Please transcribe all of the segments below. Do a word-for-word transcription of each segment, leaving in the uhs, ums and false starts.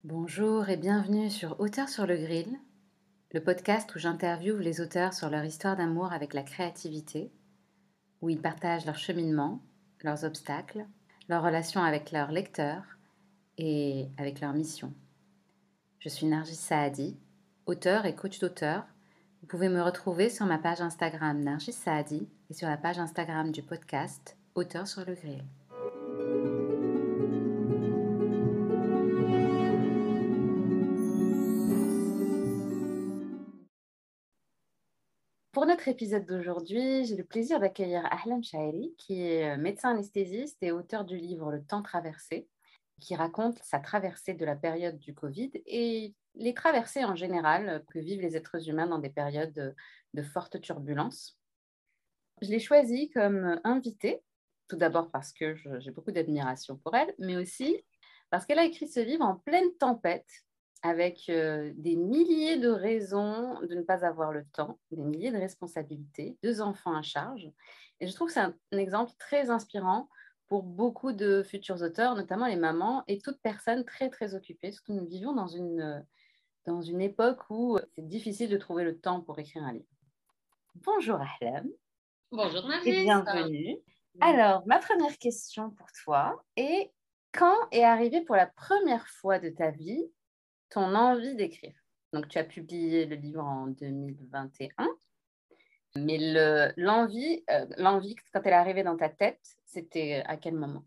Bonjour et bienvenue sur Auteurs sur le Grill, le podcast où j'interviewe les auteurs sur leur histoire d'amour avec la créativité, où ils partagent leur cheminement, leurs obstacles, leurs relations avec leurs lecteurs et avec leur mission. Je suis Nargis Saadi, auteur et coach d'auteur. Vous pouvez me retrouver sur ma page Instagram Nargis Saadi et sur la page Instagram du podcast Auteurs sur le Grill. Pour notre épisode d'aujourd'hui, j'ai le plaisir d'accueillir Ahlam Chaeri, qui est médecin anesthésiste et auteur du livre Le temps traversé, qui raconte sa traversée de la période du Covid et les traversées en général que vivent les êtres humains dans des périodes de, de fortes turbulences. Je l'ai choisie comme invitée, tout d'abord parce que je, j'ai beaucoup d'admiration pour elle, mais aussi parce qu'elle a écrit ce livre en pleine tempête, avec euh, des milliers de raisons de ne pas avoir le temps, des milliers de responsabilités, deux enfants à charge. Et je trouve que c'est un, un exemple très inspirant pour beaucoup de futurs auteurs, notamment les mamans et toute personne très, très occupée. Surtout, nous vivons dans une, dans une époque où c'est difficile de trouver le temps pour écrire un livre. Bonjour Ahlam. Bonjour Et Nargis. bienvenue. Alors, ma première question pour toi est, quand est arrivée pour la première fois de ta vie ton envie d'écrire? Donc, tu as publié le livre en deux mille vingt et un, mais le, l'envie, euh, l'envie, quand elle est arrivée dans ta tête, c'était à quel moment?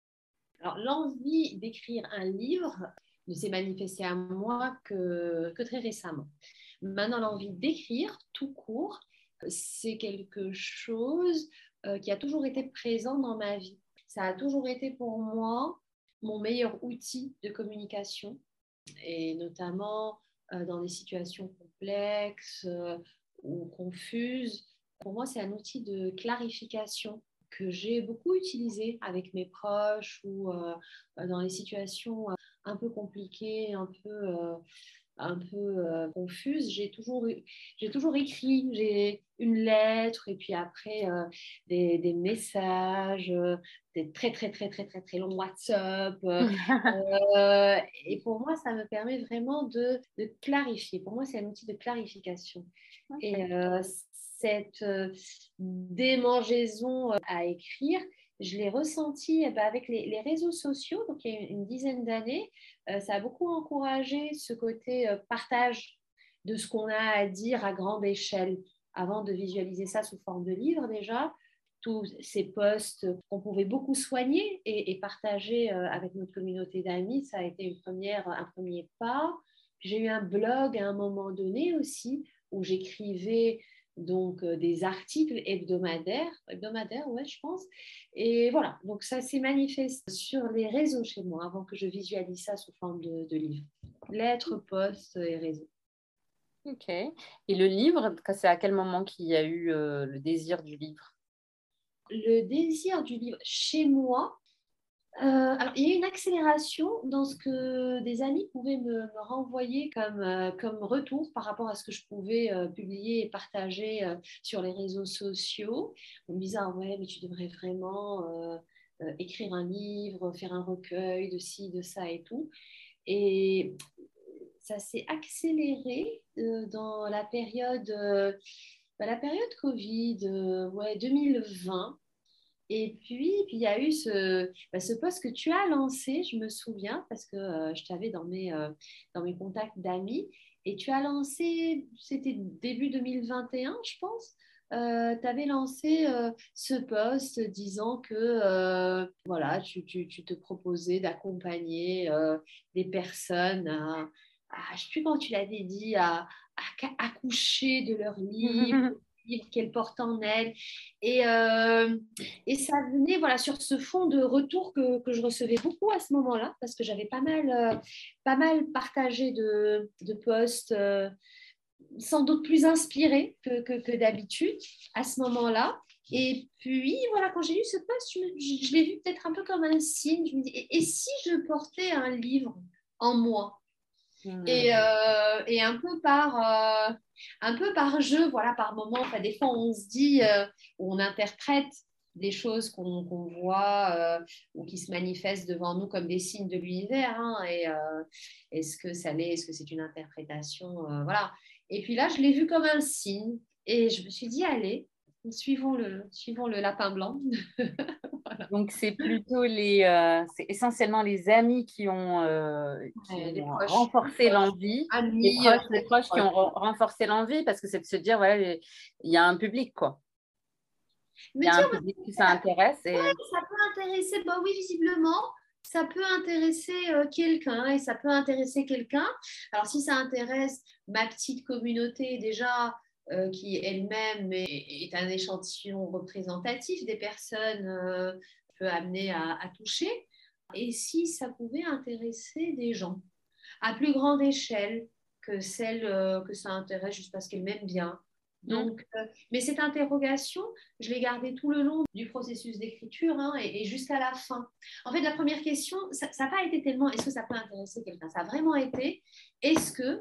Alors, l'envie d'écrire un livre ne s'est manifestée à moi que, que très récemment. Maintenant, l'envie d'écrire tout court, c'est quelque chose euh, qui a toujours été présent dans ma vie. Ça a toujours été pour moi mon meilleur outil de communication, et notamment euh, dans des situations complexes euh, ou confuses. Pour moi, c'est un outil de clarification que j'ai beaucoup utilisé avec mes proches ou euh, dans les situations euh, un peu compliquées, un peu, euh, un peu euh, confuses. J'ai toujours, j'ai toujours écrit, j'ai une lettre et puis après euh, des, des messages, euh, des très très très très très très longs WhatsApp. Euh, euh, et pour moi, ça me permet vraiment de, de clarifier. Pour moi, c'est un outil de clarification. Ok. Et euh, cette euh, démangeaison euh, à écrire, je l'ai ressentie eh ben, avec les, les réseaux sociaux, donc il y a une, une dizaine d'années. Euh, ça a beaucoup encouragé ce côté euh, partage de ce qu'on a à dire à grande échelle, avant de visualiser ça sous forme de livre déjà. Tous ces posts qu'on pouvait beaucoup soigner et, et partager euh, avec notre communauté d'amis, ça a été une première, un premier pas. J'ai eu un blog à un moment donné aussi où j'écrivais donc euh, des articles hebdomadaires, hebdomadaires, ouais, je pense. Et voilà, donc ça s'est manifesté sur les réseaux chez moi avant que je visualise ça sous forme de, de livre. Lettres, posts et réseaux. Ok. Et le livre, c'est à quel moment qu'il y a eu euh, le désir du livre? Le désir du livre chez moi, Euh, alors, il y a eu une accélération dans ce que des amis pouvaient me, me renvoyer comme, euh, comme retour par rapport à ce que je pouvais euh, publier et partager euh, sur les réseaux sociaux. On me disait, ah ouais, mais tu devrais vraiment euh, euh, écrire un livre, faire un recueil de ci, de ça et tout. Et ça s'est accéléré euh, dans la période, euh, bah, la période Covid, euh, ouais, deux mille vingt. Et puis, puis il y a eu ce, bah, ce post que tu as lancé, je me souviens, parce que euh, je t'avais dans mes, euh, dans mes contacts d'amis, et tu as lancé, c'était début deux mille vingt et un, je pense, euh, tu avais lancé euh, ce post disant que euh, voilà, tu, tu, tu te proposais d'accompagner euh, des personnes à, à- je ne sais plus comment tu l'avais dit, à, à accoucher de leur livre, livre qu'elles portent en elles. Et, euh, et ça venait voilà, sur ce fond de retour que, que je recevais beaucoup à ce moment-là, parce que j'avais pas mal, euh, pas mal partagé de, de posts, euh, sans doute plus inspirés que, que, que d'habitude à ce moment-là. Et puis, voilà, quand j'ai lu ce post, je, me, je, je l'ai vu peut-être un peu comme un signe. Je me dis, et, et si je portais un livre en moi? Et, Hmm. euh, et un peu par euh, un peu par jeu, voilà, par moment. Enfin, des fois, on se dit, euh, on interprète des choses qu'on qu'on voit euh, ou qui se manifestent devant nous comme des signes de l'univers. Hein, et euh, est-ce que ça l'est? Est-ce que c'est une interprétation? euh, Voilà. Et puis là, je l'ai vu comme un signe. Et je me suis dit, allez, suivons le, suivons le lapin blanc. Voilà. Donc, c'est plutôt les, euh, c'est essentiellement les amis qui ont, euh, qui Ouais, les ont proches, renforcé proches, l'envie, les amis, euh, proches, les proches qui proches. ont ren- renforcé l'envie parce que c'est de se dire, voilà, les- il y a un public, quoi. Il y Me a un dire, public qui ça intéresse et ça peut intéresser, bah oui, visiblement, ça peut intéresser euh, quelqu'un et ça peut intéresser quelqu'un. Alors, si ça intéresse ma petite communauté déjà, euh, qui elle-même est, est un échantillon représentatif des personnes euh, que je peux amener à, à toucher, et si ça pouvait intéresser des gens à plus grande échelle que celle euh, que ça intéresse juste parce qu'elles m'aiment bien. hmm, Donc, euh, mais cette interrogation, je l'ai gardée tout le long du processus d'écriture hein, et, et jusqu'à la fin. En fait, la première question, ça n'a pas été tellement est-ce que ça peut intéresser quelqu'un. Ça a vraiment été est-ce que,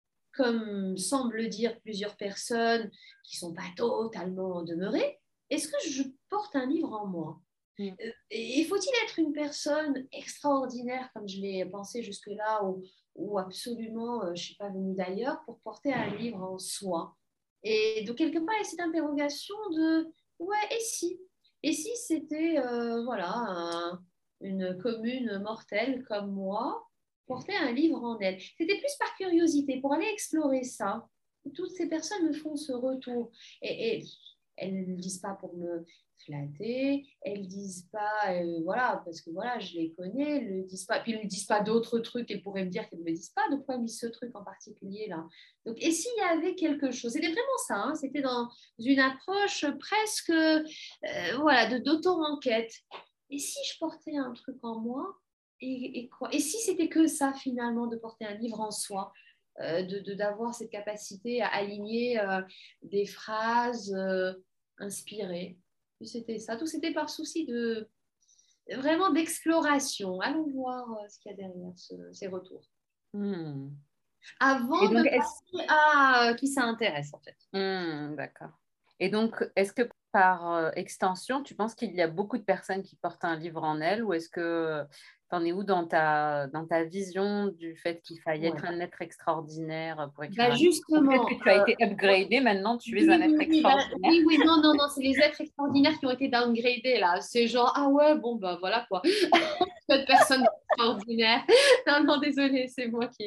comme semblent le dire plusieurs personnes qui ne sont pas totalement demeurées, est-ce que je porte un livre en moi? hmm. Euh, Et faut-il être une personne extraordinaire, comme je l'ai pensé jusque-là, ou, ou absolument, euh, je ne suis pas venue d'ailleurs, pour porter un livre en soi? Et donc, quelque part, il y a cette interrogation de, ouais, et si? Et si c'était, euh, voilà, un- une commune mortelle comme moi, porter un livre en elle? C'était plus par curiosité, pour aller explorer ça. Toutes ces personnes me font ce retour. Et, et elles ne le disent pas pour me flatter, elles disent pas, euh, voilà, parce que voilà, je les connais, elles ne disent pas, puis elles ne disent pas d'autres trucs, elles pourraient me dire qu'elles ne me disent pas, donc pourquoi elles me disent ce truc en particulier là? Donc, et s'il y avait quelque chose, c'était vraiment ça, hein, c'était dans une approche presque, euh, voilà, de d'auto-enquête. Et si je portais un truc en moi, et, et quoi? Et si c'était que ça finalement, de porter un livre en soi? Euh, de, de, d'avoir cette capacité à aligner euh, des phrases euh, inspirées. C'était ça. Tout c'était par souci de vraiment d'exploration. Allons voir euh, ce qu'il y a derrière ce, ces retours. Hmm. Et Avant de donc, est-ce passer à euh, qui ça intéresse en fait. hmm, d'accord. Et donc, est-ce que par euh, extension, tu penses qu'il y a beaucoup de personnes qui portent un livre en elles ou est-ce que tu en es où dans ta, dans ta vision du fait qu'il faille Ouais. être un être extraordinaire pour écrire Bah un livre? Ou peut-être que justement, tu as euh, été upgradé, maintenant tu es un oui, être oui, oui, ben, extraordinaire. oui, oui, non, non, non, c'est les êtres extraordinaires qui ont été downgradés là. C'est genre, ah ouais, bon, bah voilà quoi. Cette personne extraordinaire. Non, non, désolé, c'est moi qui.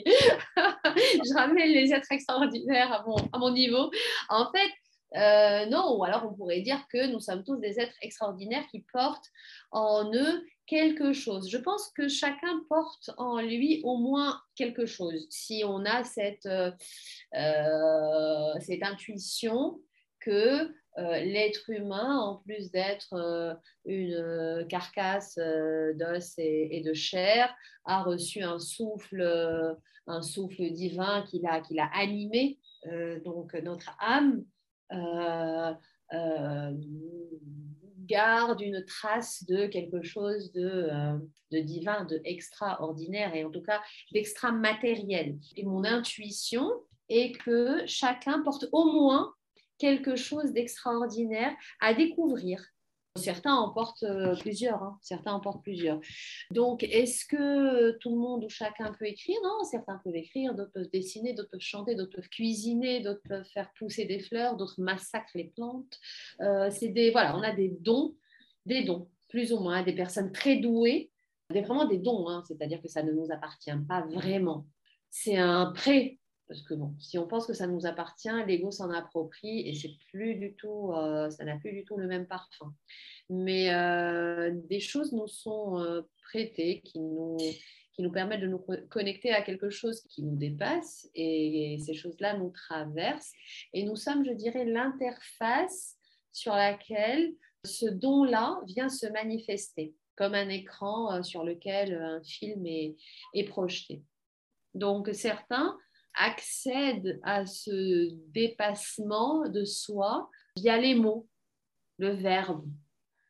Je ramène les êtres extraordinaires à mon, à mon niveau. En fait, euh, non, ou alors on pourrait dire que nous sommes tous des êtres extraordinaires qui portent en eux quelque chose. Je pense que chacun porte en lui au moins quelque chose. Si on a cette, euh, euh, cette intuition que euh, l'être humain, en plus d'être euh, une carcasse euh, d'os et, et, de chair, a reçu un souffle, euh, un souffle divin qui l'a, qui l'a animé, euh, donc notre âme. Euh, euh, garde une trace de quelque chose de, euh, de divin, de extraordinaire et en tout cas d'extra matériel. Et mon intuition est que chacun porte au moins quelque chose d'extraordinaire à découvrir. Certains en portent euh, plusieurs, hein. Certains en portent plusieurs. Donc, est-ce que tout le monde ou chacun peut écrire? Non, certains peuvent écrire, d'autres peuvent dessiner, d'autres peuvent chanter, d'autres peuvent cuisiner, d'autres peuvent faire pousser des fleurs, d'autres massacrent les plantes. Euh, c'est des, voilà, on a des dons, des dons, plus ou moins, des personnes très douées, des, vraiment des dons, hein, c'est-à-dire que ça ne nous appartient pas vraiment. C'est un prêt. Parce que bon, si on pense que ça nous appartient, l'ego s'en approprie et c'est plus du tout, euh, ça n'a plus du tout le même parfum. Mais euh, des choses nous sont euh, prêtées qui nous, qui nous permettent de nous connecter à quelque chose qui nous dépasse et ces choses-là nous traversent. Et nous sommes, je dirais, l'interface sur laquelle ce don-là vient se manifester, comme un écran euh, sur lequel un film est, est projeté. Donc certains accèdent à ce dépassement de soi via les mots, le verbe.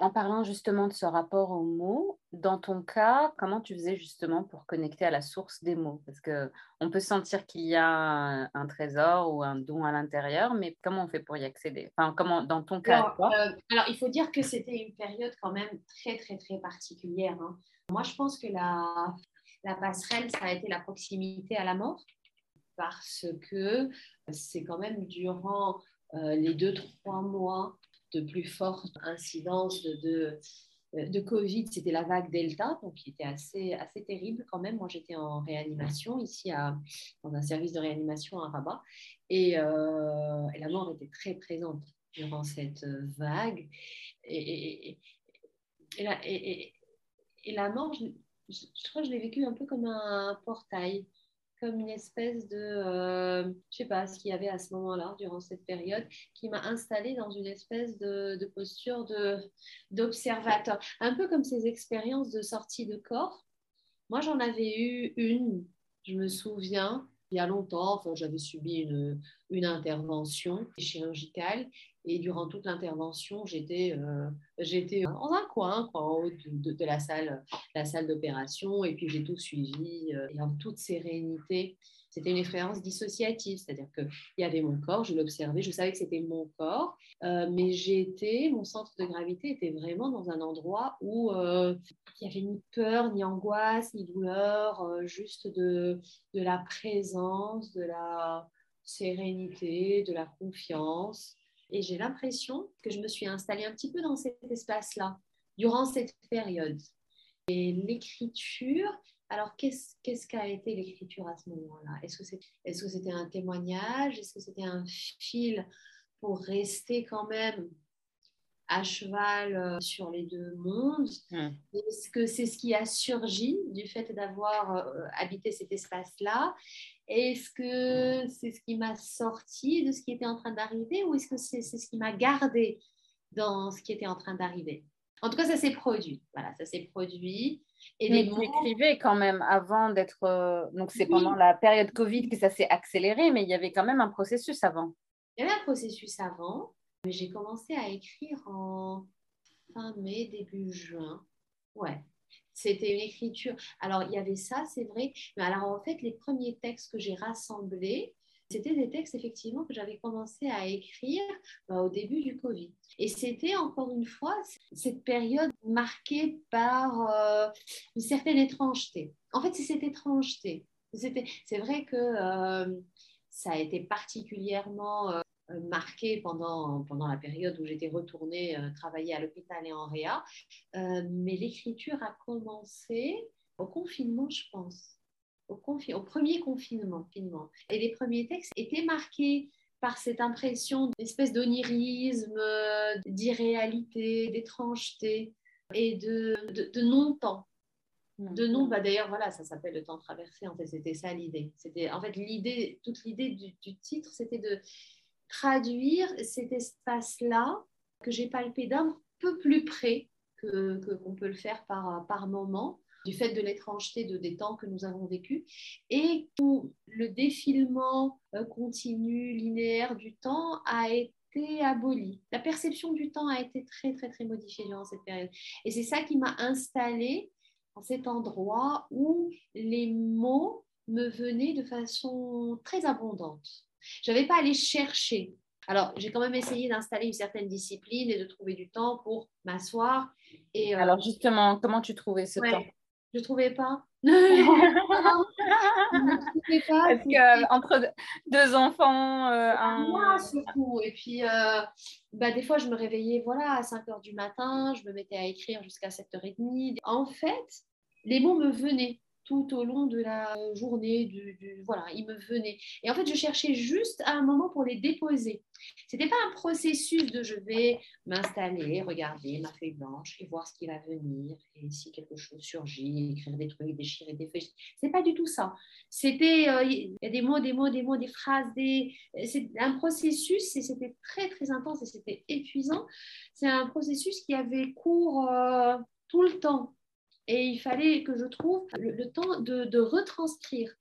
En parlant justement de ce rapport aux mots, dans ton cas, comment tu faisais justement pour connecter à la source des mots? Parce qu'on peut sentir qu'il y a un, un trésor ou un don à l'intérieur, mais comment on fait pour y accéder? Enfin, comment, dans ton cas, Alors, toi? euh, alors, il faut dire que c'était une période quand même très, très, très particulière, hein. Moi, je pense que la, la passerelle, ça a été la proximité à la mort, parce que c'est quand même durant euh, les deux, trois mois de plus forte incidence de, de, de Covid, c'était la vague Delta, donc qui était assez, assez terrible quand même. Moi, j'étais en réanimation ici à, dans un service de réanimation à Rabat, et, euh, et la mort était très présente durant cette vague. Et, et, et, et, la, et, et, et la mort, je, je, je crois que je l'ai vécu un peu comme un portail, comme une espèce de, euh, je sais pas ce qu'il y avait à ce moment-là, durant cette période, qui m'a installée dans une espèce de, de posture de, d'observateur, un peu comme ces expériences de sortie de corps. Moi, j'en avais eu une, je me souviens, il y a longtemps, enfin, j'avais subi une, une intervention chirurgicale et durant toute l'intervention, j'étais, euh, j'étais dans un coin, quoi, en haut de, de, de la salle, la salle d'opération et puis j'ai tout suivi euh, et en toute sérénité. C'était une expérience dissociative, c'est-à-dire qu'il y avait mon corps, je l'observais, je savais que c'était mon corps, euh, mais j'étais, mon centre de gravité était vraiment dans un endroit où euh, il n'y avait ni peur, ni angoisse, ni douleur, euh, juste de, de la présence, de la sérénité, de la confiance. Et j'ai l'impression que je me suis installée un petit peu dans cet espace-là, durant cette période. Et l'écriture, alors qu'est-ce, qu'est-ce qu'a été l'écriture à ce moment-là? Est-ce que c'est, est-ce que c'était un témoignage? Est-ce que c'était un fil pour rester quand même à cheval euh, sur les deux mondes? Hmm. Est-ce que c'est ce qui a surgi du fait d'avoir euh, habité cet espace-là? Est-ce que c'est ce qui m'a sorti de ce qui était en train d'arriver ou est-ce que c'est, c'est ce qui m'a gardé dans ce qui était en train d'arriver? En tout cas, ça s'est produit. Voilà, ça s'est produit. Et Mais les tu mots, écrivais quand même avant d'être... euh, Donc, c'est pendant oui, la période Covid que ça s'est accéléré, mais il y avait quand même un processus avant. il y avait un processus avant, mais j'ai commencé à écrire en fin mai, début juin. Ouais, c'était une écriture. Alors, il y avait ça, c'est vrai. Mais alors, en fait, les premiers textes que j'ai rassemblés, c'était des textes, effectivement, que j'avais commencé à écrire bah, au début du Covid. Et c'était, encore une fois, cette période marquée par euh, une certaine étrangeté. En fait, c'est cette étrangeté. C'était, c'est vrai que euh, ça a été particulièrement euh, marqué pendant, pendant la période où j'étais retournée euh, travailler à l'hôpital et en réa. Euh, mais l'écriture a commencé au confinement, je pense. Au, confi- au premier confinement, confinement. Et les premiers textes étaient marqués par cette impression d'espèce d'onirisme, euh, d'irréalité, d'étrangeté et de, de, de non-temps. Hmm. De non, bah d'ailleurs, voilà, ça s'appelle le temps traversé. En fait, c'était ça l'idée. C'était, en fait, l'idée, toute l'idée du, du titre, c'était de traduire cet espace-là que j'ai palpé d'un peu plus près que, que, qu'on peut le faire par, par moment, du fait de l'étrangeté de, des temps que nous avons vécus, et où le défilement euh, continu, linéaire du temps a été aboli. La perception du temps a été très, très, très modifiée durant cette période. Et c'est ça qui m'a installée en cet endroit où les mots me venaient de façon très abondante. Je n'avais pas à aller chercher. Alors, j'ai quand même essayé d'installer une certaine discipline et de trouver du temps pour m'asseoir. Et euh, Alors, justement, comment tu trouvais ce temps? ouais, je ne trouvais pas. Je ne trouvais pas. Parce que entre deux enfants, euh, Moi, un... surtout. Et puis, euh, bah, des fois, je me réveillais voilà, à cinq heures du matin, je me mettais à écrire jusqu'à sept heures trente. En fait, les mots me venaient tout au long de la journée, du, du- voilà, ils me venaient. Et en fait, je cherchais juste un moment pour les déposer. C'était pas un processus de je vais m'installer, regarder ma feuille blanche et voir ce qui va venir. Et si quelque chose surgit, écrire des trucs, déchirer des feuilles. C'est pas du tout ça. C'était, euh, il y a des mots, des mots, des mots, des phrases, des... c'est un processus et c'était très, très intense et c'était épuisant. C'est un processus qui avait cours euh, tout le temps. Et il fallait que je trouve le, le temps de, de retranscrire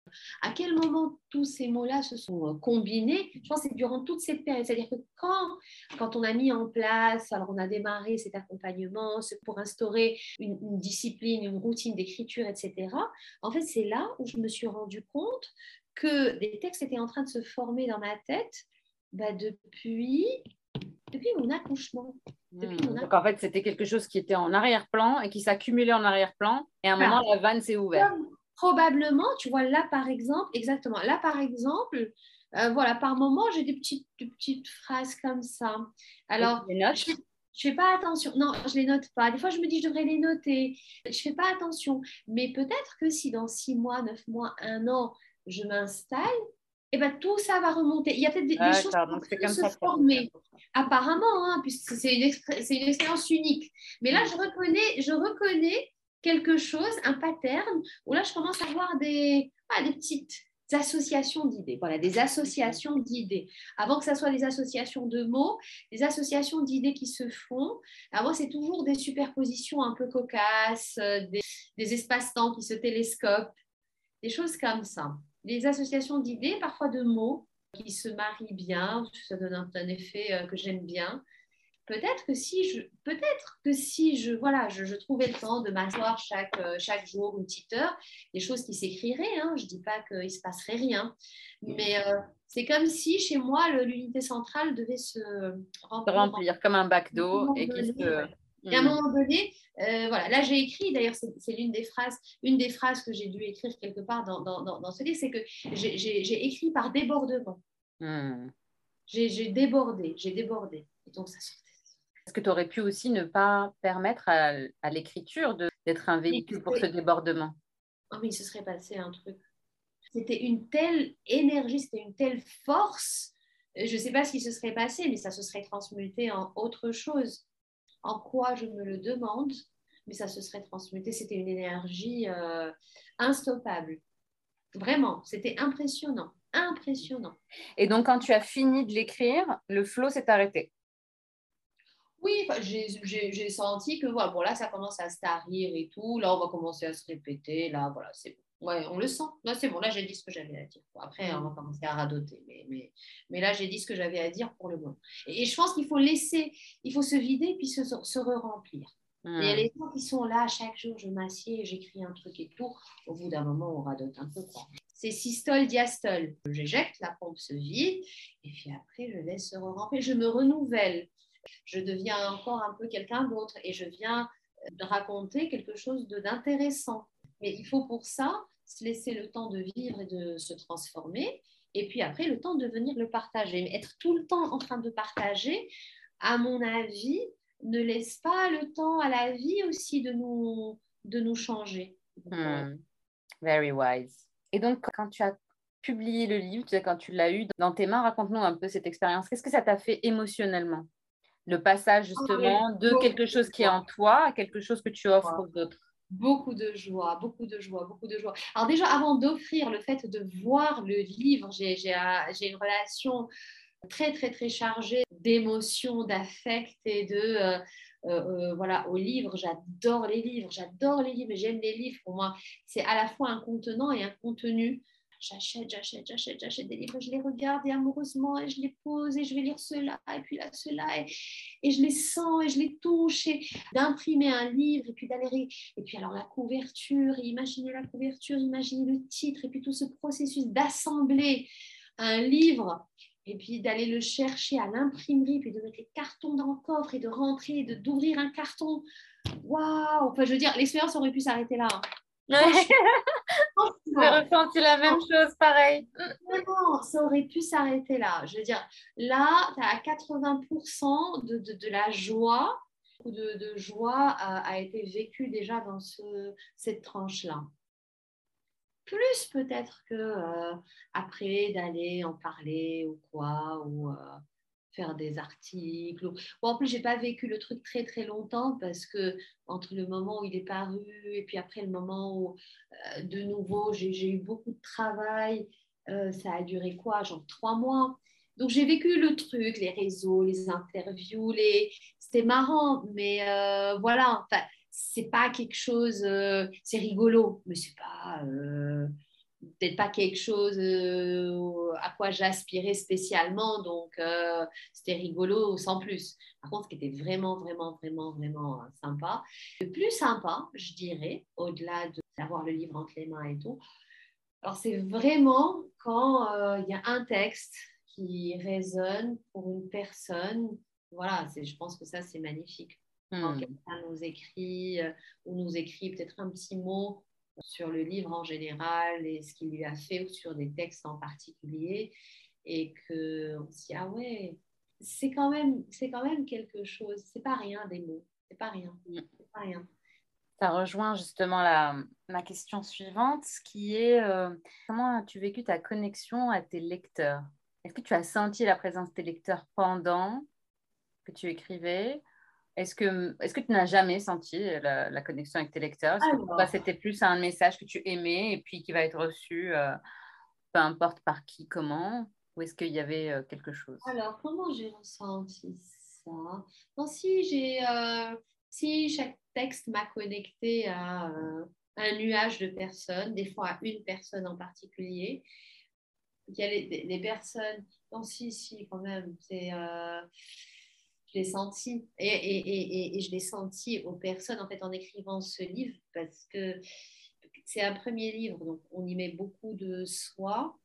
À quel moment tous ces mots-là se sont combinés? Je pense que c'est durant toute cette période. C'est-à-dire que quand, quand on a mis en place, alors on a démarré cet accompagnement pour instaurer une, une discipline, une routine d'écriture, et cetera. En fait, c'est là où je me suis rendu compte que des textes étaient en train de se former dans ma tête bah, depuis, depuis mon accouchement. Depuis Hmm. mon Donc, en fait, c'était quelque chose qui était en arrière-plan et qui s'accumulait en arrière-plan. Et à un moment, la vanne s'est ouverte. Probablement, tu vois, là, par exemple, exactement, là, par exemple, euh, voilà, par moment, j'ai des petites, des petites phrases comme ça. Alors, les notes? je ne fais pas attention. Non, je ne les note pas. Des fois, je me dis, je devrais les noter. Je ne fais pas attention. Mais peut-être que si dans six mois, neuf mois, un an, je m'installe, eh ben, tout ça va remonter. Il y a peut-être des, des choses qui Donc, c'est vont comme se ça que ça former. Apparemment, hein, puisque c'est une, c'est une expérience unique. Mais là, je reconnais, je reconnais quelque chose, un pattern, où là, je commence à avoir des, ah, des petites associations d'idées. Voilà, des associations d'idées. Avant que ça soit des associations de mots, des associations d'idées qui se font. Avant, c'est toujours des superpositions un peu cocasses, des, des espaces-temps qui se télescopent, des choses comme ça. Des associations d'idées, parfois de mots, qui se marient bien, ça donne un, un effet euh, que j'aime bien. Peut-être que si je, peut-être que si je, voilà, je, je trouvais le temps de m'asseoir chaque, euh, chaque jour une petite heure, des choses qui s'écriraient, hein, je ne dis pas qu'il ne se passerait rien, mais euh, c'est comme si chez moi, le, l'unité centrale devait se remplir, se remplir comme un bac d'eau et donné, qui se... ouais. Et à un moment donné, euh, voilà, là j'ai écrit, d'ailleurs c'est, c'est l'une des phrases, une des phrases que j'ai dû écrire quelque part dans, dans, dans, dans ce livre, c'est que j'ai, j'ai, j'ai écrit par débordement. Mm. J'ai, j'ai débordé, j'ai débordé. Et donc ça sortait. Est-ce que tu aurais pu aussi ne pas permettre à, à l'écriture de, d'être un véhicule pour ce débordement? Oh, mais il se serait passé un truc. C'était une telle énergie, c'était une telle force. Je ne sais pas ce qui se serait passé, mais ça se serait transmuté en autre chose. En quoi je me le demande, mais ça se serait transmuté. C'était une énergie euh, instoppable. Vraiment, c'était impressionnant. Impressionnant. Et donc, quand tu as fini de l'écrire, le flow s'est arrêté? Oui, j'ai, j'ai, j'ai senti que voilà, bon, là, ça commence à se tarir et tout. Là, on va commencer à se répéter. Là, voilà, c'est bon. Ouais, on le sent. Là, c'est bon. Là, j'ai dit ce que j'avais à dire. Bon, après, on va commencer à radoter. Mais, mais, mais là, j'ai dit ce que j'avais à dire pour le moment. Et, et je pense qu'il faut laisser, il faut se vider puis se, se re-remplir. Mm. Il y a les gens qui sont là, chaque jour, je m'assieds, j'écris un truc et tout. Au bout d'un moment, on radote un peu. Quoi. C'est systole, diastole. J'éjecte, la pompe se vide. Et puis après, je laisse se re-remplir. Je me renouvelle. Je deviens encore un peu quelqu'un d'autre et je viens raconter quelque chose d'intéressant. Mais il faut pour ça se laisser le temps de vivre et de se transformer et puis après le temps de venir le partager. Mais être tout le temps en train de partager, à mon avis, ne laisse pas le temps à la vie aussi de nous, de nous changer. Donc, hmm. Very wise. Et donc, quand tu as publié le livre, quand tu l'as eu dans tes mains, raconte-nous un peu cette expérience. Qu'est-ce que ça t'a fait émotionnellement? Le passage justement de quelque chose qui est en toi à quelque chose que tu offres aux autres. Beaucoup de joie, beaucoup de joie, beaucoup de joie. Alors déjà, avant d'offrir le fait de voir le livre, j'ai, j'ai, j'ai une relation très, très, très chargée d'émotions, d'affect et de... Euh, euh, euh, voilà, au livre, j'adore les livres, j'adore les livres, j'aime les livres. Pour moi, c'est à la fois un contenant et un contenu. J'achète, j'achète, j'achète, j'achète des livres, je les regarde et amoureusement et je les pose et je vais lire cela et puis là cela et, et je les sens et je les touche et d'imprimer un livre et puis d'aller et puis alors la couverture, et imaginer la couverture, imaginer le titre et puis tout ce processus d'assembler un livre et puis d'aller le chercher à l'imprimerie puis de mettre les cartons dans le coffre et de rentrer, de, d'ouvrir un carton. Waouh! Enfin, je veux dire, l'expérience aurait pu s'arrêter là. Hein. J'ai ressenti la même chose, pareil. Vraiment, ça aurait pu s'arrêter là. Je veux dire, là, tu as à quatre-vingts pour cent de, de, de la joie, de, de joie a, a été vécue déjà dans ce, cette tranche-là. Plus peut-être que euh, après d'aller en parler ou quoi, ou euh, faire des articles. Ou... Bon, en plus, je n'ai pas vécu le truc très très longtemps parce que entre le moment où il est paru et puis après le moment où euh, de nouveau j'ai, j'ai eu beaucoup de travail, euh, ça a duré quoi, genre trois mois. Donc j'ai vécu le truc, les réseaux, les interviews, les... c'était marrant, mais euh, voilà, c'est pas quelque chose, euh, c'est rigolo, mais c'est pas... Euh, peut-être pas quelque chose euh, à quoi j'aspirais spécialement, donc euh, c'était rigolo sans plus. Par contre, ce qui était vraiment, vraiment, vraiment, vraiment euh, sympa, le plus sympa, je dirais, au-delà de- d'avoir le livre entre les mains et tout, alors c'est vraiment quand euh, il y a un texte qui résonne pour une personne. Voilà, c'est, je pense que ça, c'est magnifique. Quand Hmm. quelqu'un nous écrit euh, ou nous écrit peut-être un petit mot sur le livre en général et ce qu'il lui a fait ou sur des textes en particulier et qu'on se dit, ah ouais, c'est quand même, c'est quand même quelque chose. C'est pas rien des mots. C'est pas rien. C'est pas rien. Ça rejoint justement la, ma question suivante, qui est euh, comment as-tu vécu ta connexion à tes lecteurs? Est-ce que tu as senti la présence de tes lecteurs pendant que tu écrivais? Est-ce que, est-ce que tu n'as jamais senti la, la connexion avec tes lecteurs? Est-ce que pour toi, Alors, c'était plus un message que tu aimais et puis qui va être reçu, euh, peu importe par qui, comment? Ou est-ce qu'il y avait euh, quelque chose? Alors, comment j'ai ressenti ça? Non, si j'ai, euh, si chaque texte m'a connecté à euh, un nuage de personnes, des fois à une personne en particulier. Il y a les, les personnes, non, si, si, quand même, c'est, euh, je l'ai senti et, et, et, et, je l'ai senti aux personnes en fait en écrivant ce livre parce que c'est un premier livre, donc on y met beaucoup de soi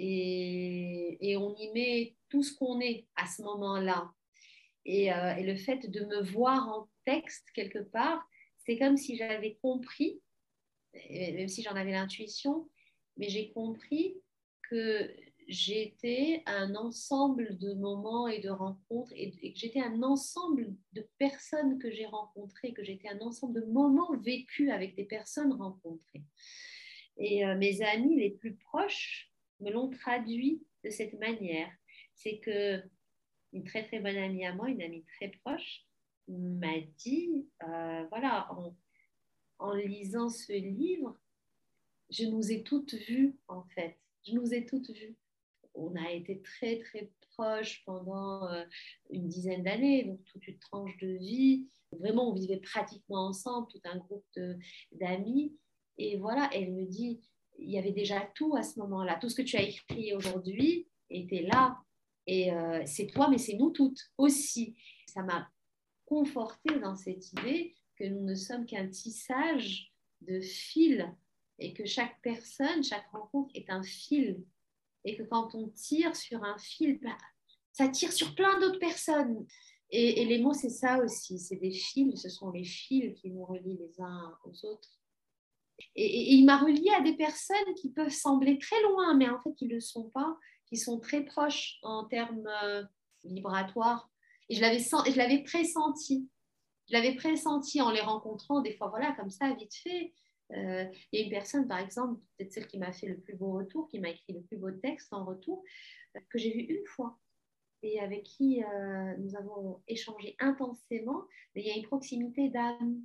et, et on y met tout ce qu'on est à ce moment-là. Et, euh, et le fait de me voir en texte quelque part, c'est comme si j'avais compris, même si j'en avais l'intuition, mais j'ai compris que j'étais un ensemble de moments et de rencontres et, et que j'étais un ensemble de personnes que j'ai rencontrées, que j'étais un ensemble de moments vécus avec des personnes rencontrées. Et euh, mes amis les plus proches me l'ont traduit de cette manière. C'est que une très très bonne amie à moi, une amie très proche, m'a dit, euh, voilà, en, en lisant ce livre, je nous ai toutes vues en fait. Je nous ai toutes vues. On a été très très proches pendant euh, une dizaine d'années, donc toute une tranche de vie. Vraiment, on vivait pratiquement ensemble, tout un groupe de, d'amis. Et voilà, elle me dit, il y avait déjà tout à ce moment-là. Tout ce que tu as écrit aujourd'hui était là. Et euh, c'est toi, mais c'est nous toutes aussi. Ça m'a confortée dans cette idée que nous ne sommes qu'un tissage de fils et que chaque personne, chaque rencontre est un fil et que quand on tire sur un fil, bah, ça tire sur plein d'autres personnes. Et, et les mots, c'est ça aussi, c'est des fils, ce sont les fils qui nous relient les uns aux autres. Et, et, et il m'a relié à des personnes qui peuvent sembler très loin, mais en fait, qui ne le sont pas, qui sont très proches en termes euh, vibratoires. Et je l'avais, je l'avais pressenti. Je l'avais pressenti en les rencontrant, des fois, voilà, comme ça, vite fait. Euh, il y a une personne, par exemple, peut-être celle qui m'a fait le plus beau retour, qui m'a écrit le plus beau texte en retour, euh, que j'ai vu une fois et avec qui euh, nous avons échangé intensément, mais il y a une proximité d'âme.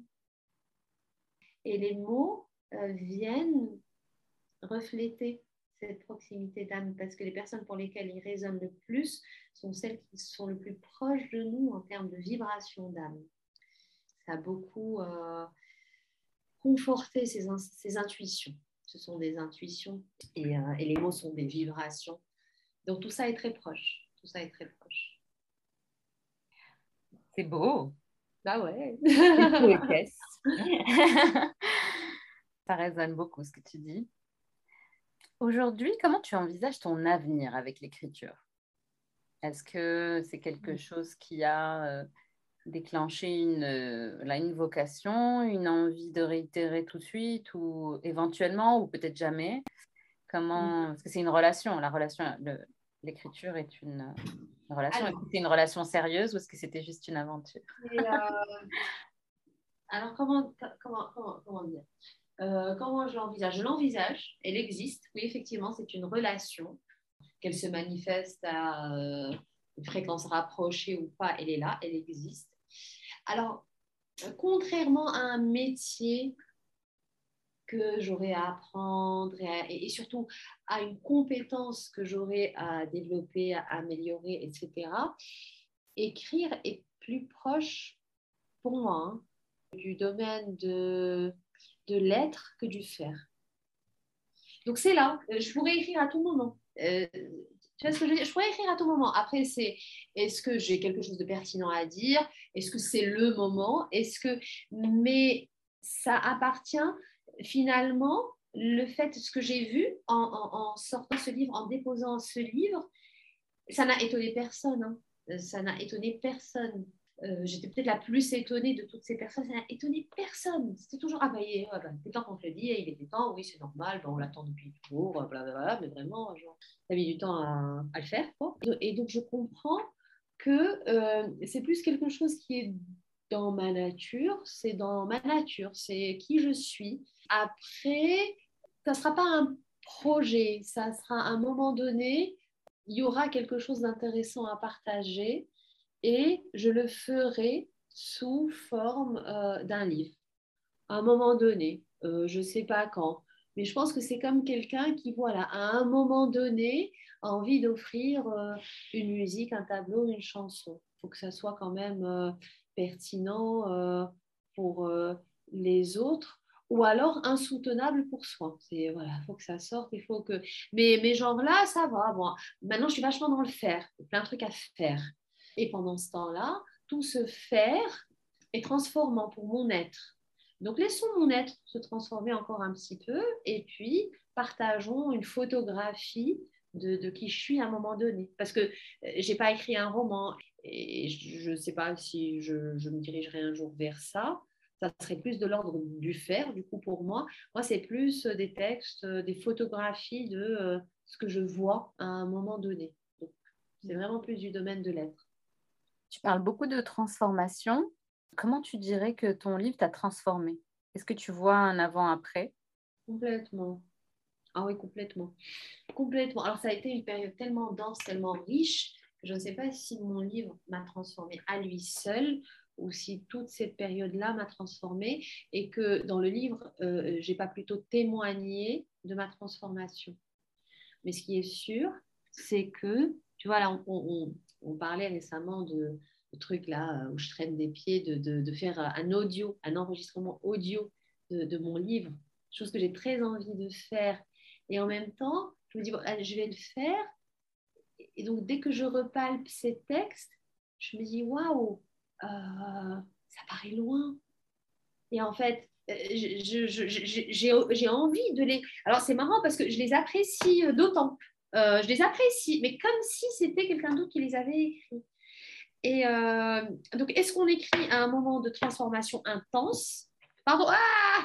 Et les mots euh, viennent refléter cette proximité d'âme parce que les personnes pour lesquelles ils résonnent le plus sont celles qui sont le plus proches de nous en termes de vibration d'âme. Ça a beaucoup euh, conforté ces, in- ces intuitions. Ce sont des intuitions et, euh, et les mots sont des vibrations. Donc tout ça est très proche. Tout ça est très proche. C'est beau, Bah ouais. c'est poétesse. Ça résonne beaucoup ce que tu dis. Aujourd'hui, comment tu envisages ton avenir avec l'écriture? Est-ce que c'est quelque chose qui a euh, déclenché une, euh, là, une vocation, une envie de réitérer tout de suite ou éventuellement ou peut-être jamais? Comment, parce que c'est une relation, la relation, le- l'écriture est une, une relation. Est-ce que Alors, c'est une relation sérieuse ou est-ce que c'était juste une aventure? et, euh, alors comment, comment, comment, comment dire euh, Comment je l'envisage Je l'envisage, elle existe. Oui, effectivement, c'est une relation. Qu'elle se manifeste à euh, une fréquence rapprochée ou pas, elle est là, elle existe. Alors, euh, contrairement à un métier que j'aurais à apprendre et, à, et, et, surtout à une compétence que j'aurais à développer, à améliorer, et cetera, écrire est plus proche pour moi hein, du domaine de, de l'être que du faire. Donc c'est là, je pourrais écrire à tout moment. Euh, tu vois ce que je veux dire? Je pourrais écrire à tout moment. Après, c'est est-ce que j'ai quelque chose de pertinent à dire? Est-ce que c'est le moment? Est-ce que mais ça appartient finalement le fait ce que j'ai vu en, en, en sortant ce livre, en déposant ce livre, ça n'a étonné personne. Hein. Ça n'a étonné personne. Euh, j'étais peut-être la plus étonnée de toutes ces personnes. Ça n'a étonné personne. C'était toujours ah bah, il est, ah, bah, temps qu'on te le dit, il était temps, oui c'est normal, bah, on l'attend depuis toujours, blablabla, mais vraiment, genre, ça a mis du temps à, à le faire. Quoi. Et donc je comprends que euh, c'est plus quelque chose qui est dans ma nature, c'est dans ma nature, c'est qui je suis. Après, ça ne sera pas un projet, ça sera à un moment donné, il y aura quelque chose d'intéressant à partager et je le ferai sous forme euh, d'un livre. À un moment donné, euh, je ne sais pas quand, mais je pense que c'est comme quelqu'un qui, voilà, à un moment donné, a envie d'offrir euh, une musique, un tableau, une chanson. Il faut que ça soit quand même euh, pertinent euh, pour euh, les autres ou alors insoutenable pour soi. C'est voilà, il faut que ça sorte, il faut que. Mais, mais genre là, ça va. Bon, maintenant, je suis vachement dans le faire, plein de trucs à faire. Et pendant ce temps-là, tout ce faire est transformant pour mon être. Donc, laissons mon être se transformer encore un petit peu et puis partageons une photographie de, de qui je suis à un moment donné. Parce que euh, je n'ai pas écrit un roman et je ne sais pas si je, je me dirigerai un jour vers ça. Ça serait plus de l'ordre du faire, du coup, pour moi. Moi, c'est plus des textes, des photographies de euh, ce que je vois à un moment donné. Donc, c'est vraiment plus du domaine de l'être. Tu parles beaucoup de transformation. Comment tu dirais que ton livre t'a transformé? Est-ce que tu vois un avant-après? Complètement. Ah oui, complètement. Complètement. Alors, ça a été une période tellement dense, tellement riche, que je ne sais pas si mon livre m'a transformée à lui seul ou si toute cette période-là m'a transformée et que dans le livre, euh, je n'ai pas plutôt témoigné de ma transformation. Mais ce qui est sûr, c'est que, tu vois, là, on, on, on parlait récemment de, de trucs là où je traîne des pieds, de, de, de faire un audio, un enregistrement audio de, de mon livre, chose que j'ai très envie de faire. Et en même temps, je me dis, bon, allez, je vais le faire. Et donc, dès que je repalpe ces textes, je me dis, waouh, euh, ça paraît loin. Et en fait, je, je, je, j'ai envie de les... Alors, c'est marrant parce que je les apprécie d'autant. Euh, je les apprécie, mais comme si c'était quelqu'un d'autre qui les avait écrits. Et euh, donc, est-ce qu'on écrit à un moment de transformation intense? Pardon. Ah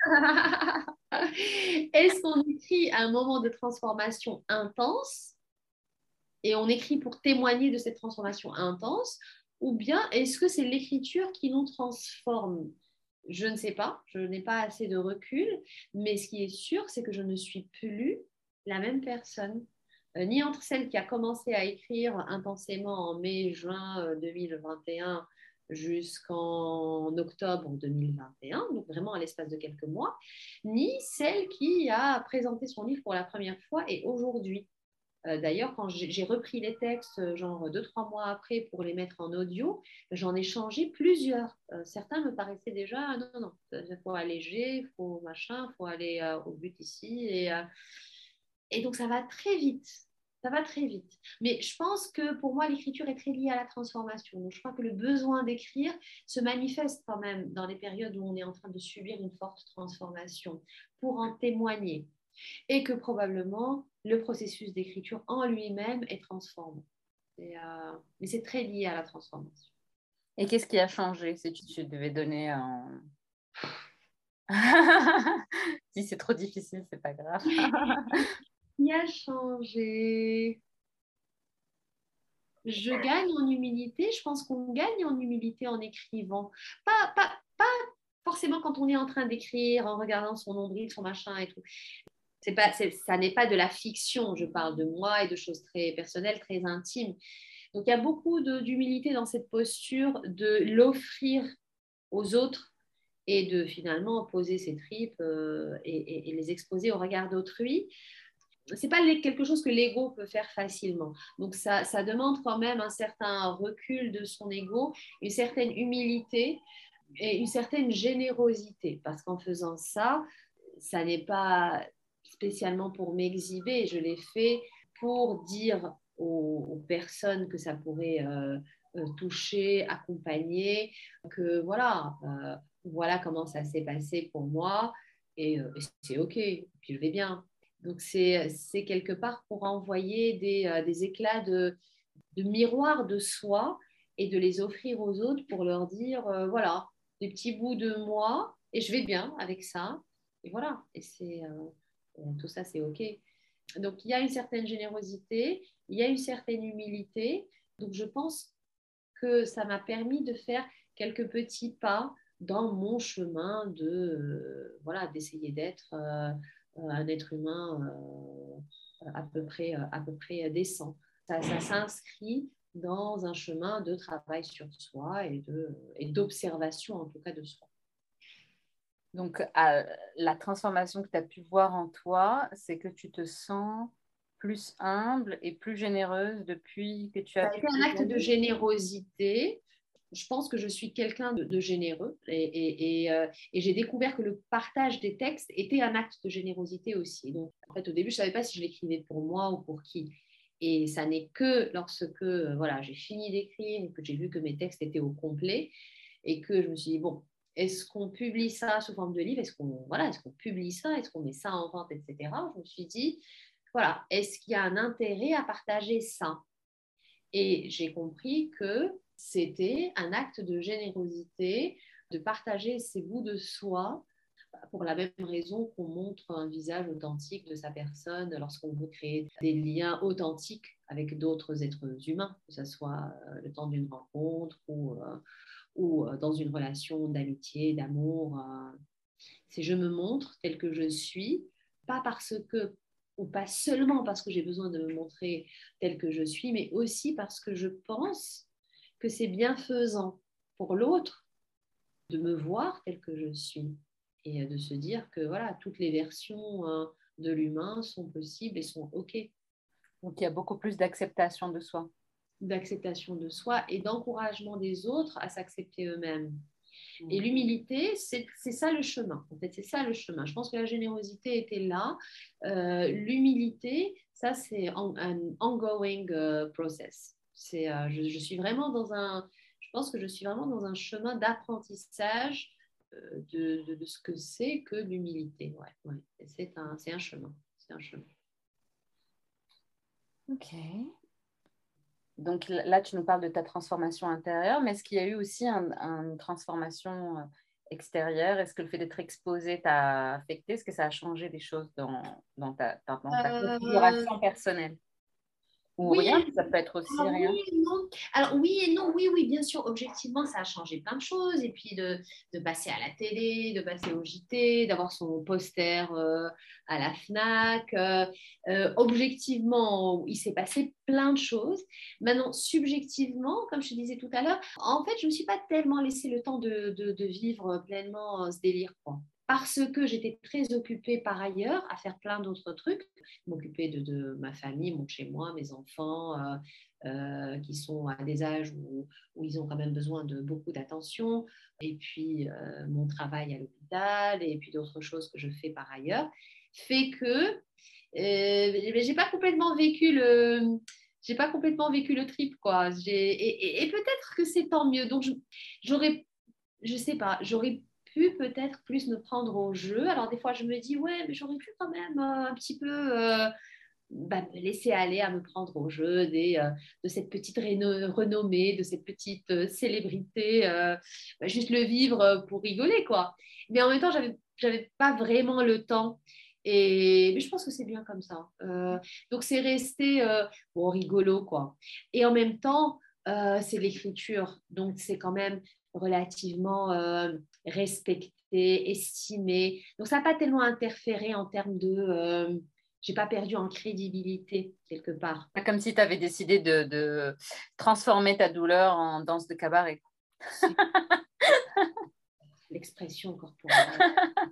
est-ce qu'on écrit à un moment de transformation intense et on écrit pour témoigner de cette transformation intense? Ou bien est-ce que c'est l'écriture qui nous transforme? Je ne sais pas, je n'ai pas assez de recul, mais ce qui est sûr, c'est que je ne suis plus la même personne, euh, ni entre celle qui a commencé à écrire intensément en mai-juin deux mille vingt et un jusqu'en octobre deux mille vingt et un, donc vraiment à l'espace de quelques mois, ni celle qui a présenté son livre pour la première fois et aujourd'hui. Euh, D'ailleurs, quand j'ai repris les textes, genre deux, trois mois après, pour les mettre en audio, j'en ai changé plusieurs. Euh, certains me paraissaient déjà, ah, non, non, il faut alléger, il faut machin, il faut aller euh, au but ici. Et, euh, et donc, ça va très vite. Ça va très vite. Mais je pense que pour moi, l'écriture est très liée à la transformation. Donc, je crois que le besoin d'écrire se manifeste quand même dans les périodes où on est en train de subir une forte transformation pour en témoigner. Et que probablement le processus d'écriture en lui-même est transformant. Et, euh, mais c'est très lié à la transformation. Et qu'est-ce qui a changé si tu, tu devais donner un... Si c'est trop difficile, c'est pas grave. Qui a changé? Je gagne en humilité. Je pense qu'on gagne en humilité en écrivant. Pas, pas, pas forcément quand on est en train d'écrire, en regardant son nombril, son machin et tout. C'est pas, c'est, ça n'est pas de la fiction. Je parle de moi et de choses très personnelles, très intimes. Donc, il y a beaucoup de, d'humilité dans cette posture de l'offrir aux autres et de finalement poser ses tripes euh, et, et, et les exposer au regard d'autrui. Ce n'est pas quelque chose que l'ego peut faire facilement. Donc, ça, ça demande quand même un certain recul de son ego, une certaine humilité et une certaine générosité. Parce qu'en faisant ça, ça n'est pas spécialement pour m'exhiber, je l'ai fait pour dire aux, aux personnes que ça pourrait euh, euh, toucher, accompagner, que voilà, euh, voilà comment ça s'est passé pour moi et, euh, et c'est OK, puis je vais bien. Donc c'est, c'est quelque part pour envoyer des, euh, des éclats de, de miroir de soi et de les offrir aux autres pour leur dire, euh, voilà, des petits bouts de moi et je vais bien avec ça. Et voilà, et c'est, euh, tout ça, c'est OK. Donc, il y a une certaine générosité, il y a une certaine humilité. Donc, je pense que ça m'a permis de faire quelques petits pas dans mon chemin de, euh, voilà, d'essayer d'être euh, un être humain euh, à peu près, à peu près décent. Ça, ça s'inscrit dans un chemin de travail sur soi et, de, et d'observation, en tout cas, de soi. Donc, euh, la transformation que tu as pu voir en toi, c'est que tu te sens plus humble et plus généreuse depuis que tu as Ça a pu... été un acte de générosité. Je pense que je suis quelqu'un de, de généreux et, et, et, euh, et j'ai découvert que le partage des textes était un acte de générosité aussi. Donc, en fait, au début, je ne savais pas si je l'écrivais pour moi ou pour qui. Et ça n'est que lorsque euh, voilà, j'ai fini d'écrire et que j'ai vu que mes textes étaient au complet et que je me suis dit, bon, est-ce qu'on publie ça sous forme de livre? Est-ce qu'on voilà, est-ce qu'on publie ça? Est-ce qu'on met ça en vente, et cetera. Je me suis dit, voilà, est-ce qu'il y a un intérêt à partager ça? Et j'ai compris que c'était un acte de générosité de partager ces bouts de soi pour la même raison qu'on montre un visage authentique de sa personne lorsqu'on veut créer des liens authentiques avec d'autres êtres humains, que ce soit le temps d'une rencontre ou, euh, ou dans une relation d'amitié, d'amour. Euh, c'est je me montre tel que je suis, pas parce que ou pas seulement parce que j'ai besoin de me montrer tel que je suis, mais aussi parce que je pense que c'est bienfaisant pour l'autre de me voir tel que je suis et de se dire que voilà, toutes les versions euh, de l'humain sont possibles et sont OK. Donc, il y a beaucoup plus d'acceptation de soi. D'acceptation de soi et d'encouragement des autres à s'accepter eux-mêmes. Et l'humilité, c'est, c'est ça le chemin. En fait, c'est ça le chemin. Je pense que la générosité était là. Euh, l'humilité, ça, c'est un, un ongoing uh, process. C'est, euh, je, je suis vraiment dans un, je pense que je suis vraiment dans un chemin d'apprentissage euh, de, de, de ce que c'est que l'humilité. Ouais, ouais. C'est un, c'est un chemin. C'est un chemin. Ok. Donc là, tu nous parles de ta transformation intérieure, mais est-ce qu'il y a eu aussi un, une transformation extérieure? Est-ce que le fait d'être exposé t'a affecté? Est-ce que ça a changé des choses dans, dans ta, dans ta Euh, configuration personnelle? Ou rien, oui, ça peut être aussi alors oui rien. et non. Alors oui et non, oui, oui, bien sûr, objectivement, ça a changé plein de choses. Et puis de, de passer à la télé, de passer au J T, d'avoir son poster euh, à la FNAC. Euh, euh, objectivement, il s'est passé plein de choses. Maintenant, subjectivement, comme je te disais tout à l'heure, en fait, je ne me suis pas tellement laissé le temps de, de, de vivre pleinement euh, ce délire, quoi. Parce que j'étais très occupée par ailleurs à faire plein d'autres trucs, m'occuper de, de ma famille, mon chez-moi, mes enfants, euh, euh, qui sont à des âges où, où ils ont quand même besoin de beaucoup d'attention, et puis euh, mon travail à l'hôpital, et puis d'autres choses que je fais par ailleurs, fait que euh, j'ai pas complètement vécu le... J'ai pas complètement vécu le trip, quoi. J'ai, et, et, et peut-être que c'est tant mieux. Donc, je, j'aurais, je sais pas, j'aurais pu peut-être plus me prendre au jeu. Alors, des fois, je me dis, ouais, mais j'aurais pu quand même euh, un petit peu euh, bah, me laisser aller à me prendre au jeu des, euh, de cette petite réno- renommée, de cette petite euh, célébrité, euh, bah, juste le vivre euh, pour rigoler, quoi. Mais en même temps, j'avais, j'avais pas vraiment le temps. Et mais je pense que c'est bien comme ça. Euh, donc c'est resté euh, bon, rigolo, quoi. Et en même temps, euh, c'est l'écriture. Donc c'est quand même relativement euh, respecté, estimé. Donc ça n'a pas tellement interféré en termes de... Euh, j'ai pas perdu en crédibilité quelque part. Comme si tu avais décidé de, de transformer ta douleur en danse de cabaret. C'est l'expression corporelle.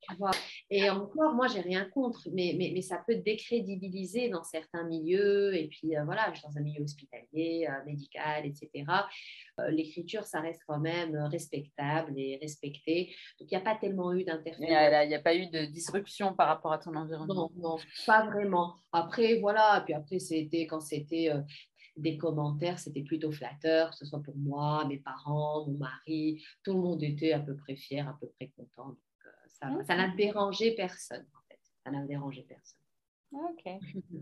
Tu vois. Et encore, moi, j'ai rien contre, mais, mais, mais ça peut décrédibiliser dans certains milieux. Et puis, euh, voilà, je suis dans un milieu hospitalier, euh, médical, et cetera. Euh, l'écriture, ça reste quand même respectable et respecté. Donc, il n'y a pas tellement eu Il n'y d'interférence. a, y a pas eu de disruption par rapport à ton environnement. Non, non, pas vraiment. Après, voilà, puis après, c'était quand c'était euh, des commentaires, c'était plutôt flatteur, que ce soit pour moi, mes parents, mon mari, tout le monde était à peu près fier, à peu près content. Donc, euh, ça va. Ça Ok. n'a dérangé personne, en fait. Ça n'a dérangé personne. Ok.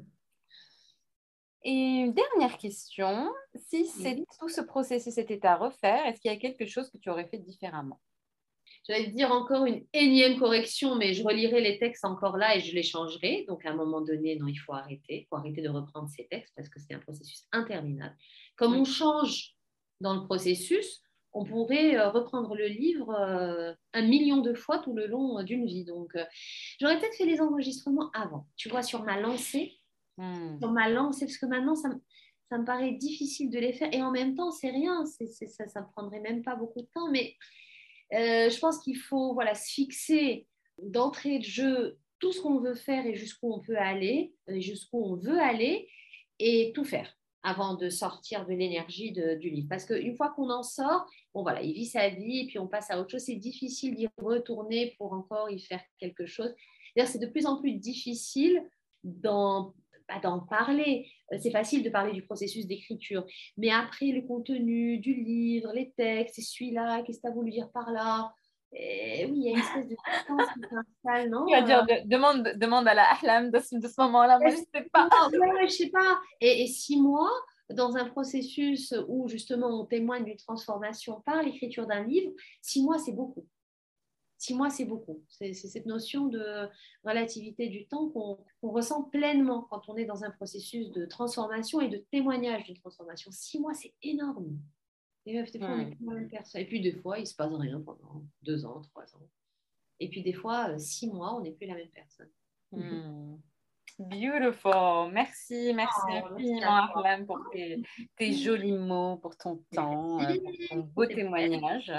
Et une dernière question, si c'est Oui. tout ce processus était à refaire, est-ce qu'il y a quelque chose que tu aurais fait différemment? J'allais te dire encore une énième correction, mais je relirai les textes encore là et je les changerai. Donc, à un moment donné, non, il faut arrêter. Il faut arrêter de reprendre ces textes parce que c'est un processus interminable. Comme Mm. on change dans le processus, on pourrait euh, reprendre le livre euh, un million de fois tout le long euh, d'une vie. Donc, euh, j'aurais peut-être fait les enregistrements avant. Tu vois, sur ma lancée, Mm. sur ma lancée, parce que maintenant, ça, me- ça me paraît difficile de les faire. Et en même temps, c'est rien. C'est, c'est, ça ne prendrait même pas beaucoup de temps. Mais euh, je pense qu'il faut voilà, se fixer d'entrée de jeu tout ce qu'on veut faire et jusqu'où on peut aller, et jusqu'où on veut aller, et tout faire avant de sortir de l'énergie de- du livre. Parce qu'une fois qu'on en sort, bon voilà, il vit sa vie et puis on passe à autre chose. C'est difficile d'y retourner pour encore y faire quelque chose. D'ailleurs, c'est de plus en plus difficile d'en, pas d'en parler. Euh, C'est facile de parler du processus d'écriture, mais après, le contenu du livre, les textes, c'est celui-là, qu'est-ce que tu as voulu dire par là? Et oui, il y a une espèce de distance qui s'installe, Tu vas non? dire, Euh, de- demande, demande à la Ahlam de ce, de ce moment-là, moi je ne sais pas. ouais, ouais, je sais pas. Et, et six mois dans un processus où justement on témoigne d'une transformation par l'écriture d'un livre, six mois, c'est beaucoup. Six mois, c'est beaucoup. C'est c'est cette notion de relativité du temps qu'on qu'on ressent pleinement quand on est dans un processus de transformation et de témoignage d'une transformation. Six mois, c'est énorme. Et euh, des fois, on n'est Hmm. plus la même personne. Et puis, des fois, il ne se passe rien pendant deux ans, trois ans. Et puis, des fois, euh, six mois, on n'est plus la même personne. Hmm. Beautiful. Merci, merci Oh, merci infiniment, à toi. Ahlam, pour tes, tes jolis mots, pour ton temps, euh, pour ton Merci. beau C'est vrai. témoignage.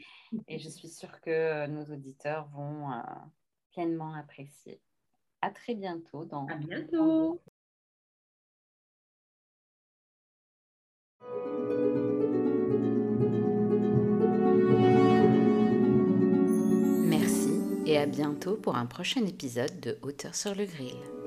Et je suis sûre que nos auditeurs vont euh, pleinement apprécier. À très bientôt dans, À dans d'autres. bientôt. Merci et à bientôt pour un prochain épisode de Hauteur sur le grill.